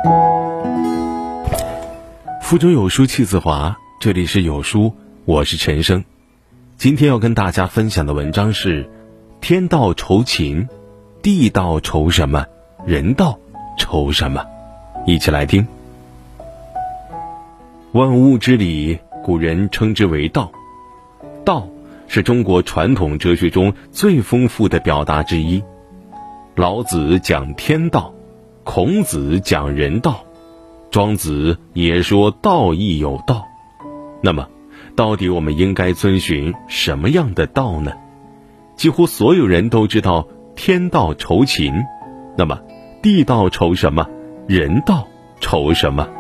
腹中有书气自华，这里是有书，我是陈生。今天要跟大家分享的文章是：天道酬勤，地道酬什么？人道酬什么？一起来听。万物之理，古人称之为道。道是中国传统哲学中最丰富的表达之一。老子讲天道，孔子讲人道，庄子也说道义有道。那么到底我们应该遵循什么样的道呢？几乎所有人都知道天道酬勤，那么地道酬什么？人道酬什么？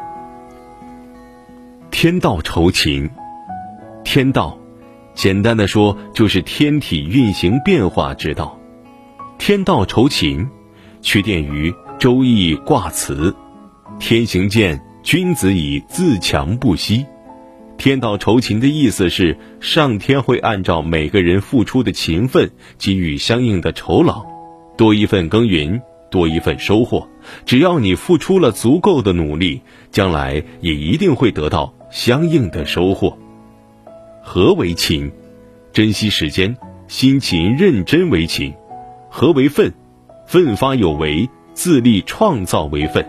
天道酬勤，天道简单的说就是天体运行变化之道。天道酬勤取典于《周易》卦辞：天行健，君子以自强不息。天道酬勤的意思是，上天会按照每个人付出的勤奋给予相应的酬劳，多一份耕耘，多一份收获。只要你付出了足够的努力，将来也一定会得到相应的收获。何为勤？珍惜时间，辛勤认真为勤。何为奋？奋发有为，自立创造为奋。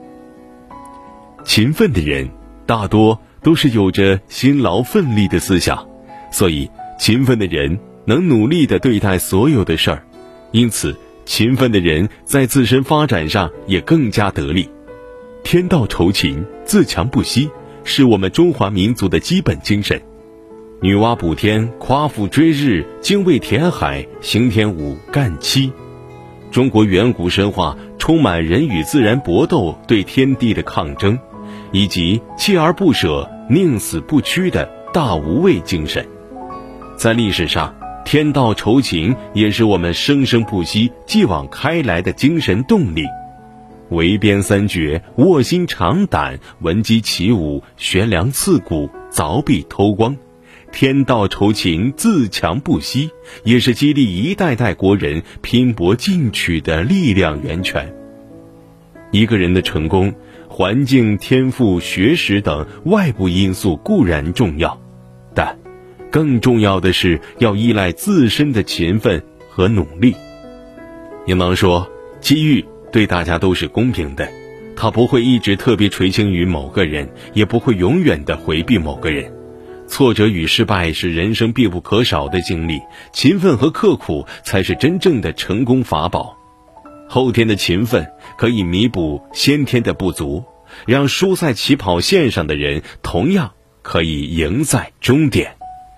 勤奋的人大多都是有着辛劳奋力的思想，所以勤奋的人能努力地对待所有的事儿，因此勤奋的人在自身发展上也更加得力。天道酬勤，自强不息，是我们中华民族的基本精神。女娲补天，夸父追日，精卫填海，行天舞，干七。中国远古神话充满人与自然搏斗，对天地的抗争，以及锲而不舍，宁死不屈的大无畏精神。在历史上，天道酬勤也是我们生生不息、继往开来的精神动力。围边三绝，卧薪尝胆，闻鸡起舞，悬梁刺股，凿壁偷光。天道酬勤，自强不息，也是激励一代代国人拼搏进取的力量源泉。一个人的成功，环境、天赋、学识等外部因素固然重要，但更重要的是要依赖自身的勤奋和努力。应当说，机遇对大家都是公平的，它不会一直特别垂青于某个人，也不会永远地回避某个人。挫折与失败是人生必不可少的经历，勤奋和刻苦才是真正的成功法宝。后天的勤奋可以弥补先天的不足，让输在起跑线上的人同样可以赢在终点。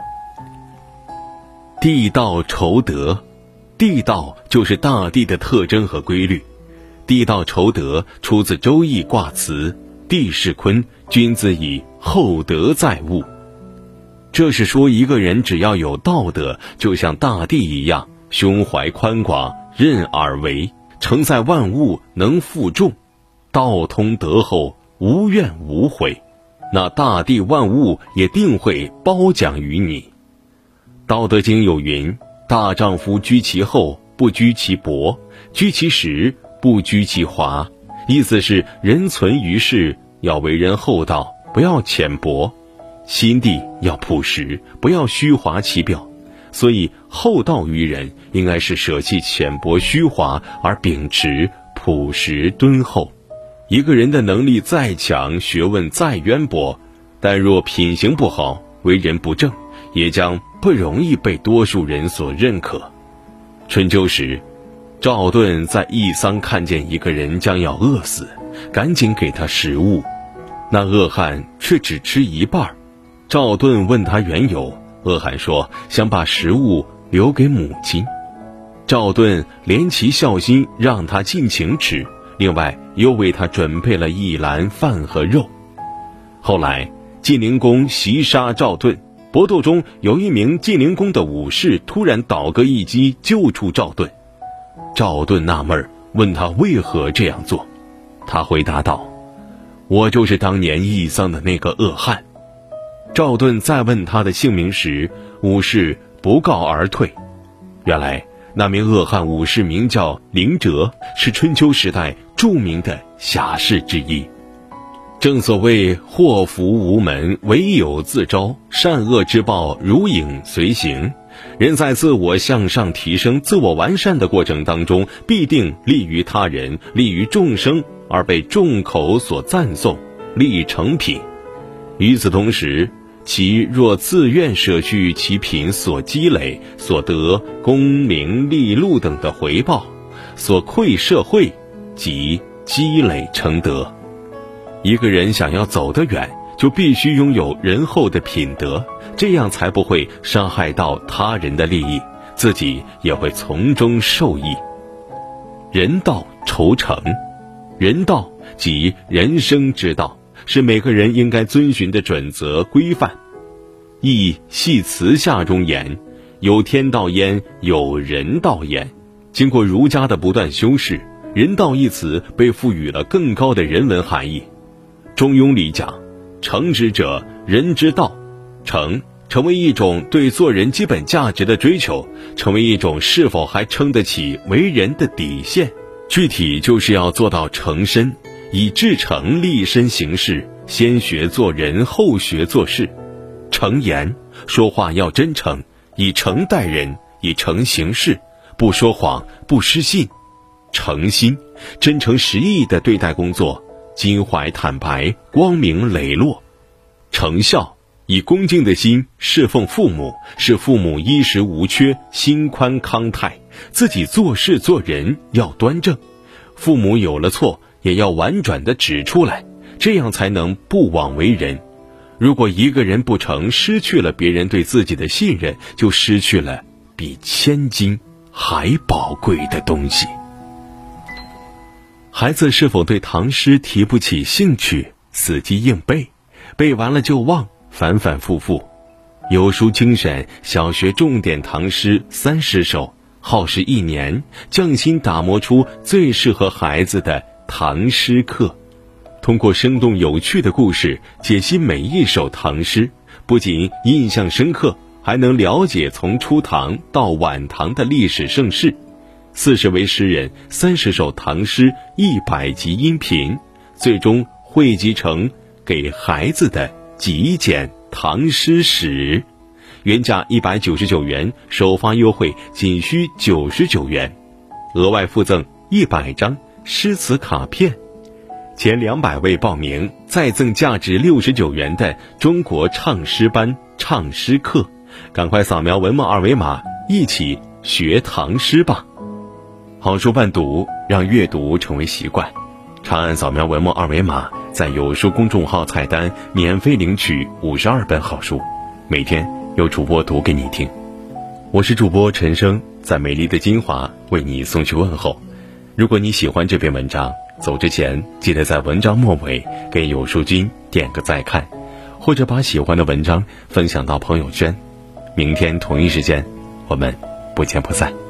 地道酬德，地道就是大地的特征和规律。地道酬德出自《周易》卦辞：地势坤，君子以厚德载物。这是说，一个人只要有道德，就像大地一样，胸怀宽广，任而为，承载万物，能负重，道通德厚，无怨无悔，那大地万物也定会褒奖于你。道德经有云：大丈夫居其厚，不居其薄，居其实，不居其华。意思是人存于世要为人厚道，不要浅薄，心地要朴实，不要虚华其表。所以厚道于人应该是舍弃浅薄虚华，而秉持朴实敦厚。一个人的能力再强，学问再渊博，但若品行不好，为人不正，也将不容易被多数人所认可。春秋时，赵盾在义桑看见一个人将要饿死，赶紧给他食物，那恶汉却只吃一半。赵盾问他缘由，恶汉说想把食物留给母亲。赵盾怜其孝心，让他尽情吃，另外又为他准备了一篮饭和肉。后来晋灵公袭杀赵盾，搏斗中有一名晋灵公的武士突然倒戈一击，救出赵盾。赵盾纳闷，问他为何这样做。他回答道：我就是当年义桑的那个恶汉。赵盾再问他的姓名时，武士不告而退。原来那名恶汉武士名叫林哲，是春秋时代著名的侠士之一。 正所谓祸福无门，唯有自招，善恶之报如影随形。人在自我向上提升、自我完善的过程当中，必定利于他人、利于众生，而被众口所赞颂，立成品。与此同时，其若自愿舍去其品所积累、所得功名利禄等的回报，所馈社会，即积累成德。一个人想要走得远，就必须拥有仁厚的品德，这样才不会伤害到他人的利益，自己也会从中受益。人道酬诚，人道即人生之道，是每个人应该遵循的准则规范。亦系辞下中言，有天道焉，有人道焉。经过儒家的不断修饰，人道一词被赋予了更高的人文含义。中庸里讲，诚之者，人之道。诚成为一种对做人基本价值的追求，成为一种是否还撑得起为人的底线。具体就是要做到诚身，以至诚立身行事，先学做人，后学做事。诚言，说话要真诚，以诚待人，以诚行事，不说谎，不失信。诚心，真诚实意地对待工作，襟怀坦白，光明磊落。诚孝，以恭敬的心侍奉父母，使父母衣食无缺，心宽康泰。自己做事做人要端正，父母有了错也要婉转地指出来，这样才能不枉为人。如果一个人不诚，失去了别人对自己的信任，就失去了比千金还宝贵的东西。孩子是否对唐诗提不起兴趣，死记硬背，背完了就忘，反反复复。有书精选小学重点唐诗30首，耗时1年，匠心打磨出最适合孩子的唐诗课。通过生动有趣的故事解析每一首唐诗，不仅印象深刻，还能了解从初唐到晚唐的历史盛世。40位诗人30首唐诗100集音频，最终汇集成给孩子的极简唐诗史。原价199元，首发优惠仅需99元，额外附赠100张诗词卡片。前200位报名，再赠价值69元的中国唱诗班唱诗课。赶快扫描文末二维码，一起学唐诗吧。好书伴读，让阅读成为习惯。长按扫描文末二维码，在有书公众号菜单免费领取52本好书，每天有主播读给你听。我是主播陈生，在美丽的金华为你送去问候。如果你喜欢这篇文章，走之前记得在文章末尾给有书君点个再看，或者把喜欢的文章分享到朋友圈。明天同一时间，我们不见不散。